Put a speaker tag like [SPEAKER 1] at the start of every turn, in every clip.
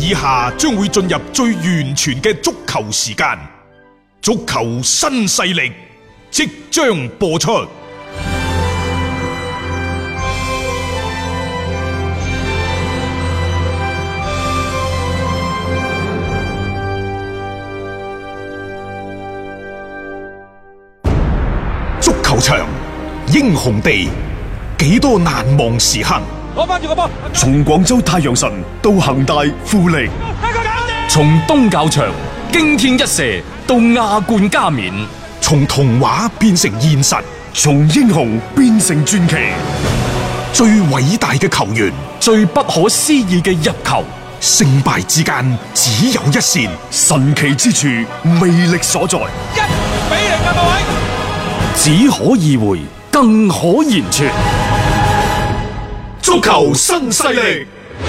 [SPEAKER 1] 以下將會進入最完全嘅足球時間，足球新勢力即將播出。足球場，英雄地，幾多難忘時刻。
[SPEAKER 2] 攞翻住個波，
[SPEAKER 3] 從廣州太陽神到恒大富力，
[SPEAKER 4] 從東較場驚天一射到亞冠加冕，
[SPEAKER 1] 從童話變成現實，
[SPEAKER 3] 從英雄變成傳奇。
[SPEAKER 1] 最偉大嘅球員，
[SPEAKER 4] 最不可思議嘅入球，
[SPEAKER 1] 勝敗之間只有一線，
[SPEAKER 3] 神奇之處魅力所在。
[SPEAKER 2] 1-0啊，各位！
[SPEAKER 4] 只可意會，更可言傳。
[SPEAKER 1] 足球新勢力，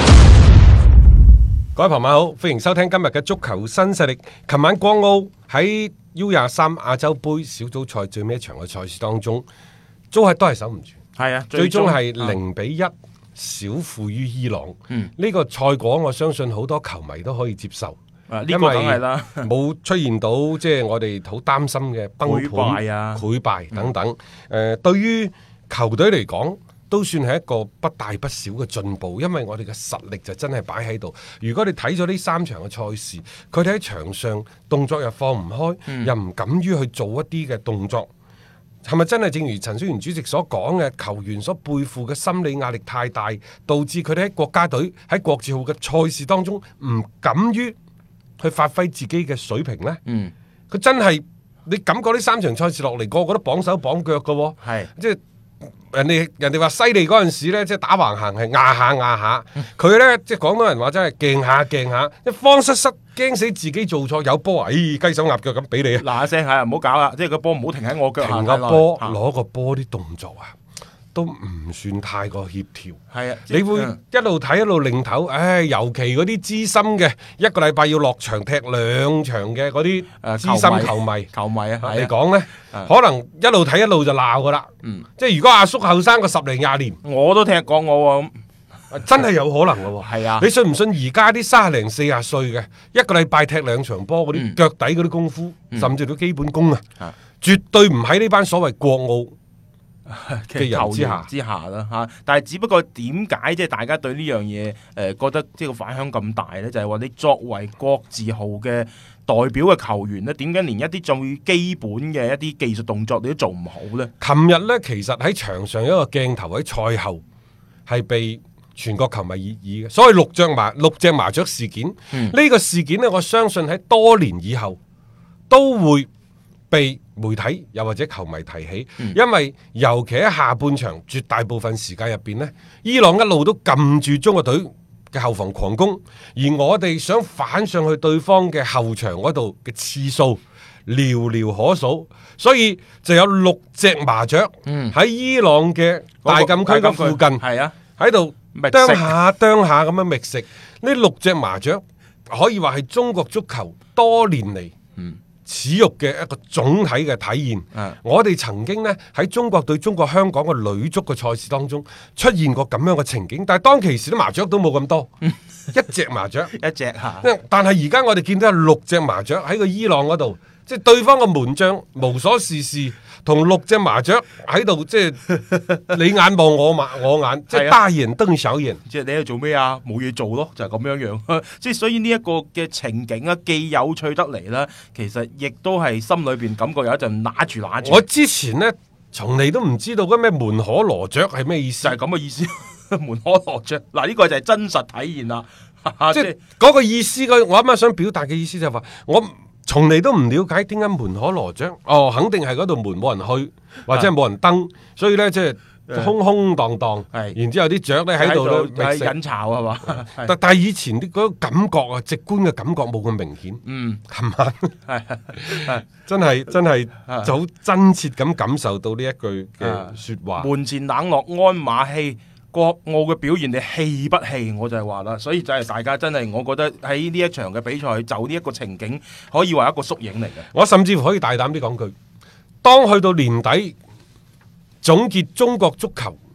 [SPEAKER 2] 各位朋友好，歡迎收聽今日嘅足球新勢力。琴晚國奧喺 U23亞洲杯小組賽最尾一場嘅賽事當中，都係守唔住，
[SPEAKER 5] 係啊，
[SPEAKER 2] 最終係0-1小負於伊朗。呢個賽果我相信好多球迷都可以接受。
[SPEAKER 5] 呢個梗係啦，
[SPEAKER 2] 冇出現到即係我哋好擔心嘅崩盤、潰敗等等。對於球隊嚟講，都算係一個不大不小嘅進步，因為我哋嘅實力就真係擺喺度。如果你睇咗呢3場嘅賽事，佢哋喺場上動作又放唔開，又唔敢於去做一啲嘅動作，係咪真係正如陳戌源主席所講嘅，球員所背負嘅心理壓力太大，導致佢哋喺國家隊喺國字號嘅賽事當中唔敢於去發揮自己嘅水平呢？佢真係你感覺呢3場賽事落嚟，個個都綁手綁腳嘅，係即係。人哋話犀利嗰陣時咧，即係打橫行係壓下，佢咧即係廣東人話真係勁下，一慌失驚死自己做錯有波啊！雞手鴨腳咁俾你啊！
[SPEAKER 5] 嗱一聲係唔好搞啦，即係個波唔好停喺我腳下。
[SPEAKER 2] 停個波攞個波啲動作啊，都唔算太過協調。係啊，你會一路睇一路擰頭。尤其嗰啲資深嘅一個禮拜要落場踢2場嘅嗰啲資深球迷啊嚟講咧，可能一路睇一路就鬧噶啦。即係如果阿叔後生個10零20年，
[SPEAKER 5] 我都踢過我咁，
[SPEAKER 2] 真係有可能噶。
[SPEAKER 5] 係啊，
[SPEAKER 2] 你信唔信而家啲30零40歲嘅一個禮拜踢2場波嗰啲腳底嗰啲功夫，甚至到基本功啊，絕對唔喺呢班所謂國奧嘅人之下
[SPEAKER 5] 啦嚇，但係只不過點解即係大家對呢樣嘢覺得即係個反響咁大呢？就係話你作為國字號嘅代表嘅球員呢，點解連一啲最基本嘅一啲技術動作你都做唔好呢？
[SPEAKER 2] 琴日呢，其實喺場上有一個鏡頭喺賽後係被全國球迷熱議嘅，所謂六隻麻雀事件。呢個事件呢，我相信喺多年以後都會被媒體又或者球迷提起，因為尤其喺下半場絕大部分時間入邊呢，伊朗一路都撳住中國隊嘅後防狂攻，而我哋想反上去對方嘅後場嗰度嘅次數寥寥可數，所以就有6隻麻雀喺伊朗嘅大禁區嘅附近，喺度啄下咁樣覓食。呢6隻麻雀可以話係中國足球多年嚟恥辱嘅一個總體嘅體現。我哋曾經呢喺中國對中國香港嘅女足嘅賽事當中出現過咁樣嘅情景，但係當其時啲麻雀都冇咁多，一隻麻雀
[SPEAKER 5] 一隻嚇。
[SPEAKER 2] 但係而家我哋見到有6隻麻雀喺個伊朗嗰度，即係對方嘅門將無所事事，同6隻麻雀喺度，即係你眼望我眼，即係大眼瞪小眼，
[SPEAKER 5] 即係你喺度做咩啊？冇嘢做咯，就係咁樣。即係所以呢一個嘅情景啊，既有趣得嚟啦，其實亦都係心裏邊感覺有一陣揦住。
[SPEAKER 2] 我之前呢，從嚟都唔知道嗰咩門可羅雀係咩意思，
[SPEAKER 5] 就係咁嘅意思。門可羅雀，嗱呢個就係真實體現啦。
[SPEAKER 2] 即係嗰個意思，我啱啱想表達嘅意思就係話我。從嚟都唔了解點解門可羅雀，肯定係嗰度門冇人去，或者係冇人登，所以咧即係空空蕩蕩，然之後啲雀咧喺度咧
[SPEAKER 5] 引巢係嘛？
[SPEAKER 2] 但係以前啲嗰個感覺啊，直觀嘅感覺冇咁明顯。琴晚真係就好真切咁感受到呢一句嘅說話。
[SPEAKER 5] 門前冷落鞍馬稀。國奧嘅表現你氣不氣？我就係話啦，所以就係大家真係，我覺得喺呢一場嘅比賽就呢一個情景，可以話一個縮影嚟嘅。
[SPEAKER 2] 我甚至乎可以大膽啲講句，當去到年底總結中國足球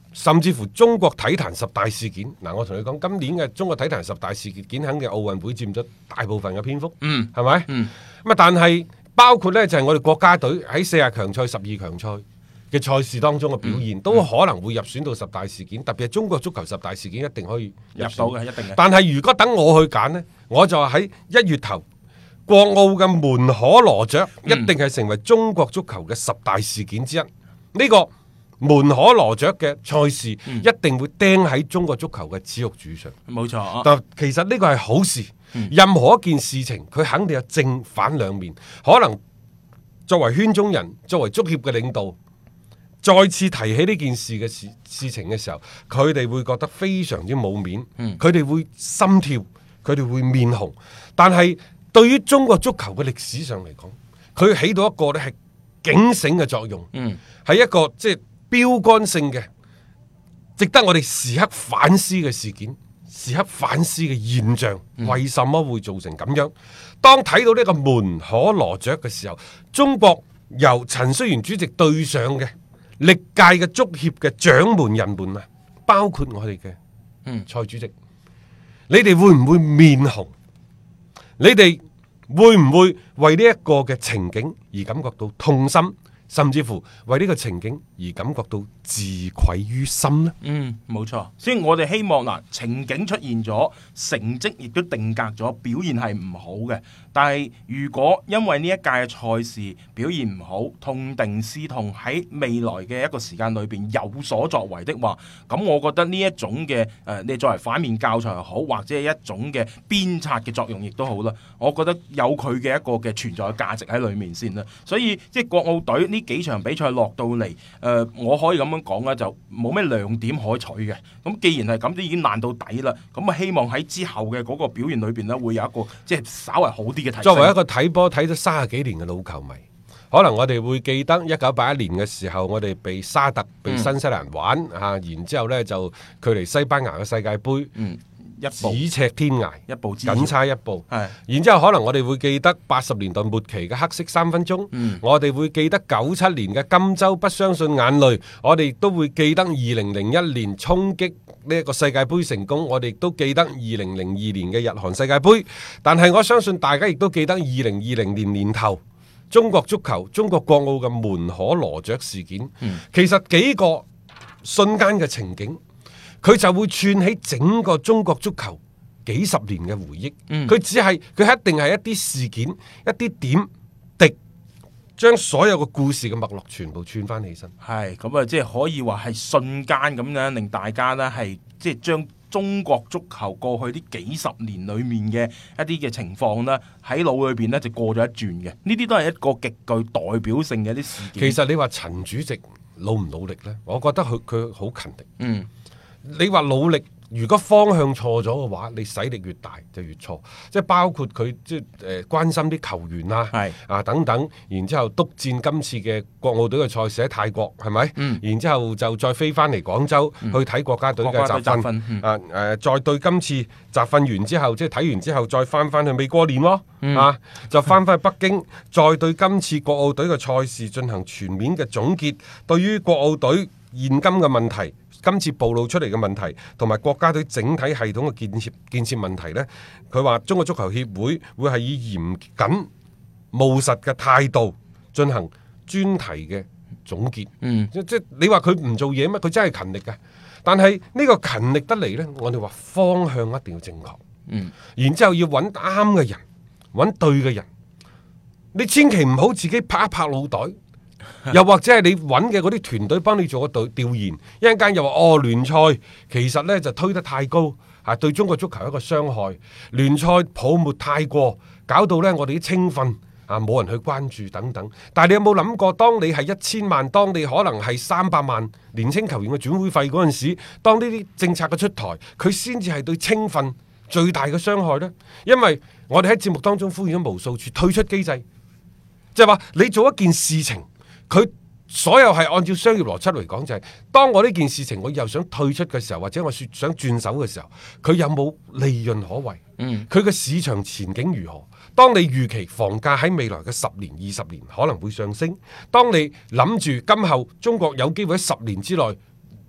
[SPEAKER 2] 甚至乎中國體壇十大事件。嗱，我同你講，今年嘅中國體壇十大事件肯定奧運會佔咗大部分嘅篇幅，係咪？咁啊，但係包括呢，就係我哋國家隊喺40強賽、12強賽嘅賽事當中嘅表現，都可能會入選到十大事件。特別係中國足球十大事件一定可以入
[SPEAKER 5] 到嘅，一定嘅。
[SPEAKER 2] 但係如果等我去揀呢，我就話喺1月頭國奧嘅門可羅雀一定係成為中國足球嘅十大事件之一。呢個門可羅雀嘅賽事一定會釘喺中國足球嘅恥辱柱上。
[SPEAKER 5] 冇錯，
[SPEAKER 2] 但其實呢個係好事。任何一件事情佢肯定有正反兩面。可能作為圈中人，作為足協嘅領導，再次提起呢件事嘅事情嘅時候，佢哋會覺得非常之冇面，佢哋會心跳，佢哋會面紅。但係對於中國足球嘅歷史上嚟講，佢起到一個咧係警醒嘅作用，係一個即係標杆性嘅，值得我哋時刻反思嘅事件，時刻反思嘅現象，為什麼會造成咁樣？當睇到呢個門可羅雀嘅時候，中國由陳戌源主席對上嘅歷屆嘅足協嘅掌門人們啊，包括我哋嘅蔡主席，你哋會唔會面紅？你哋會唔會為呢一個嘅情景而感覺到痛心？甚至乎為呢個情景而感覺到自愧於心呢？
[SPEAKER 5] 冇錯。所以我哋希望嗱，情景出現咗，成績亦都定格咗，表現係唔好嘅。但係如果因為呢一屆嘅賽事表現唔好，痛定思痛，喺未來嘅一個時間裏邊有所作為的話，咁我覺得呢一種嘅你作為反面教材又好，或者係一種嘅鞭策嘅作用亦都好啦。我覺得有佢嘅一個嘅存在價值喺裏面先啦。所以即係國奧隊呢幾場比賽落到嚟，我可以咁樣講啦，就冇咩亮點可取嘅。咁既然係咁，都已經爛到底啦。咁啊，希望喺之後嘅嗰個表現裏邊呢，會有一個即係稍為好啲嘅提升。
[SPEAKER 2] 作為一個睇波睇咗30幾年嘅老球迷，可能我哋會記得1981年嘅時候，我哋被沙特、被新西蘭玩然之後呢就距離西班牙嘅世界盃。咫尺天涯，僅差一步。然之後可能我哋會記得80年代末期嘅黑色3分鐘，我哋會記得97年嘅金州不相信眼淚，我哋亦都會記得2001年衝擊呢一個世界盃成功，我哋亦都記得2002年嘅日韓世界盃。但係我相信大家亦都記得2020年年頭中國足球、中國國奧嘅門可羅雀事件。其實幾個瞬間嘅情景，佢就會串起整個中國足球幾十年嘅回憶。佢一定係一啲事件、一啲點滴，將所有嘅故事嘅脈絡全部串翻起身。
[SPEAKER 5] 係咁啊，即係可以話係瞬間咁樣令大家呢係即係將中國足球過去呢幾十年裏面嘅一啲嘅情況呢，喺腦裏邊呢就過咗一轉嘅。呢啲都係一個極具代表性嘅一啲事件。
[SPEAKER 2] 其實你話陳主席努唔努力呢？我覺得佢好勤力。你話努力，如果方向錯咗嘅話，你使力越大就越錯。即係包括佢即係關心啲球員等等，然之後督戰今次嘅國奧隊嘅賽事喺泰國，係咪？然之後就再飛翻嚟廣州去睇國家隊嘅集訓。再對今次集訓完之後，即係睇完之後，再翻去美國練喎。就翻去北京，再對今次國奧隊嘅賽事進行全面嘅總結。對於國奧隊現今嘅問題，今次暴露出嚟嘅問題，同埋國家隊整體系統嘅建設問題呢，佢話中國足球協會會係以嚴謹務實嘅態度進行專題嘅總結。即你話佢唔做嘢咩？佢真係勤力嘅。但係呢個勤力得嚟呢，我哋話方向一定要正確。然之後要揾啱嘅人，揾對嘅人。你千祈唔好自己拍一拍腦袋。又或者係你揾嘅嗰啲團隊幫你做個調研，一陣間又話聯賽其實呢就推得太高，對中國足球一個傷害。聯賽泡沫太過，搞到呢我哋啲青訓冇人去關注等等。但係你有冇諗過，當你係1000萬，當你可能係300萬年青球員嘅轉會費嗰陣時，當呢啲政策嘅出台，佢先至係對青訓最大嘅傷害呢？因為我哋喺節目當中呼籲咗無數次退出機制，就係話你做一件事情。佢所有係按照商業邏輯嚟講，就係當我呢件事情我又想退出嘅時候，或者我想轉手嘅時候，佢有冇利潤可為？佢嘅市場前景如何？當你預期房價喺未來嘅10年、20年可能會上升，當你諗住今後中國有機會喺10年之內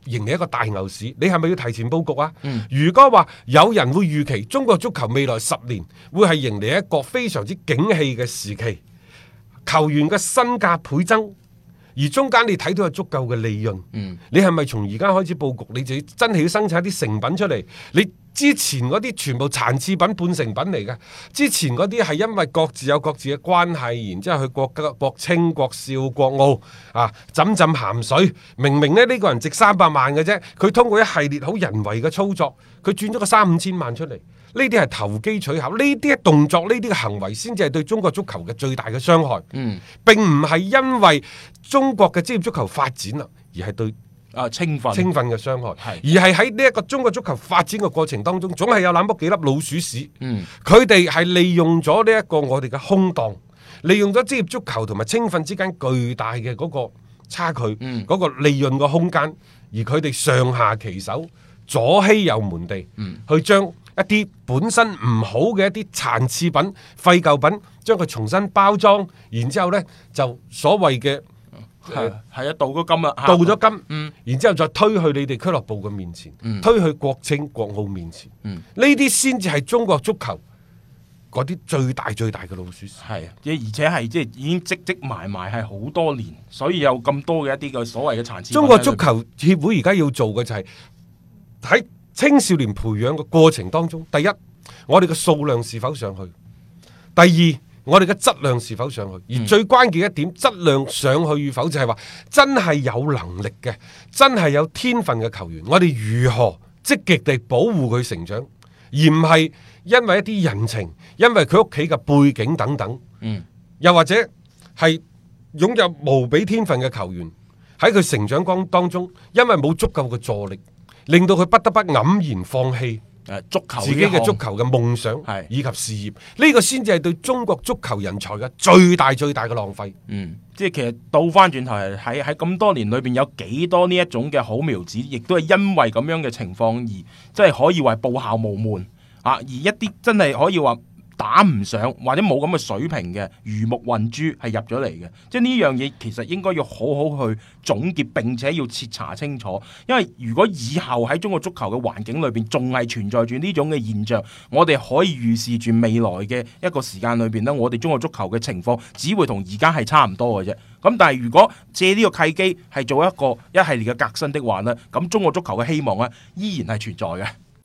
[SPEAKER 2] 迎嚟一個大牛市，你係咪要提前佈局啊？如果話有人會預期中國足球未來10年會係迎嚟一個非常之景氣嘅時期，球員嘅身價倍增。而中間你睇到有足夠嘅利潤，你係咪從而家開始佈局？你就要真係要生產一啲成品出嚟。你之前嗰啲全部殘次品、半成品嚟嘅，之前嗰啲係因為各自有各自嘅關係，然之後去國清、國少、國澳啊，浸鹹水。明明呢個人值300萬嘅啫，佢通過一系列好人為嘅操作，佢轉咗個3-5千萬出嚟。呢啲係投機取巧，呢啲嘅動作，呢啲嘅行為先至係對中國足球嘅最大嘅傷害。並唔係因為中國嘅職業足球發展啦，而係對青訓嘅傷害，而係喺呢一個中國足球發展嘅過程當中，總係有那麼幾粒老鼠屎。佢哋係利用咗呢一個我哋嘅空檔，利用咗職業足球同埋青訓之間巨大嘅嗰個差距，嗰個利潤嘅空間，而佢哋上下其手，左欺右瞞地，去將一啲本身唔好嘅一啲殘次品、廢舊品，將佢重新包裝，然之後呢就所謂嘅
[SPEAKER 5] 係啊，到咗金啦，
[SPEAKER 2] 到咗金，然之後再推去你哋俱樂部嘅面前，推去國青、國奧面前，呢啲先至係中國足球嗰啲最大嘅老鼠屎。
[SPEAKER 5] 係，而且係即係已經積埋係好多年，所以有咁多嘅一啲嘅所謂嘅殘次品。
[SPEAKER 2] 中國足球協會而家要做嘅就係喺青少年培養嘅過程當中，第一，我哋嘅數量是否上去；第二，我哋嘅質量是否上去。而最關鍵一點，質量上去與否就係話，真係有能力嘅，真係有天分嘅球員，我哋如何積極地保護佢成長，而唔係因為一啲人情，因為佢屋企嘅背景等等，又或者係擁有無比天分嘅球員喺佢成長當中，因為冇足夠嘅助力，令到佢不得不黯然放棄
[SPEAKER 5] 足球
[SPEAKER 2] 自己嘅足球嘅夢想以及事業，呢個先至係對中國足球人才嘅最大嘅浪費。
[SPEAKER 5] 即係其實倒翻轉頭喺咁多年裏邊有幾多呢一種嘅好苗子，亦都係因為咁樣嘅情況而即係可以話報效無門啊！而一啲真係可以話打唔上或者冇咁嘅水平嘅魚目混珠係入咗嚟嘅，即係呢樣嘢其實應該要好好去總結，並且要徹查清楚。因為如果以後喺中國足球嘅環境裏邊仲係存在住呢種嘅現象，我哋可以預示住未來嘅一個時間裏邊呢，我哋中國足球嘅情況只會同而家係差唔多嘅啫。咁但係如果借呢個契機係做一個一系列嘅革新的話呢，咁中國足球嘅希望呢依然係存在嘅。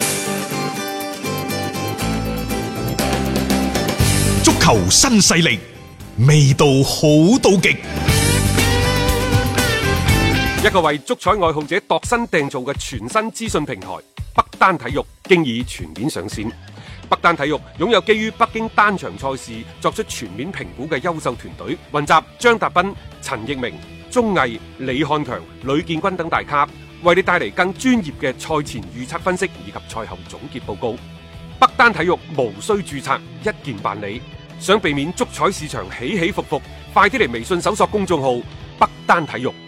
[SPEAKER 1] 足球新勢力，味道好到極。
[SPEAKER 2] 一個為足彩愛好者度身訂造嘅全新資訊平台北單體育，經已全面上線。北單體育擁有基於北京單場賽事作出全面評估嘅優秀團隊，雲集張達斌、陳奕明、鐘毅、李漢強、呂建軍等大咖，為你帶嚟更專業嘅賽前預測分析以及賽後總結報告。北單體育無需註冊，一鍵辦理。想避免足彩市場起起伏伏，快啲嚟微信搜索公眾號北單體育。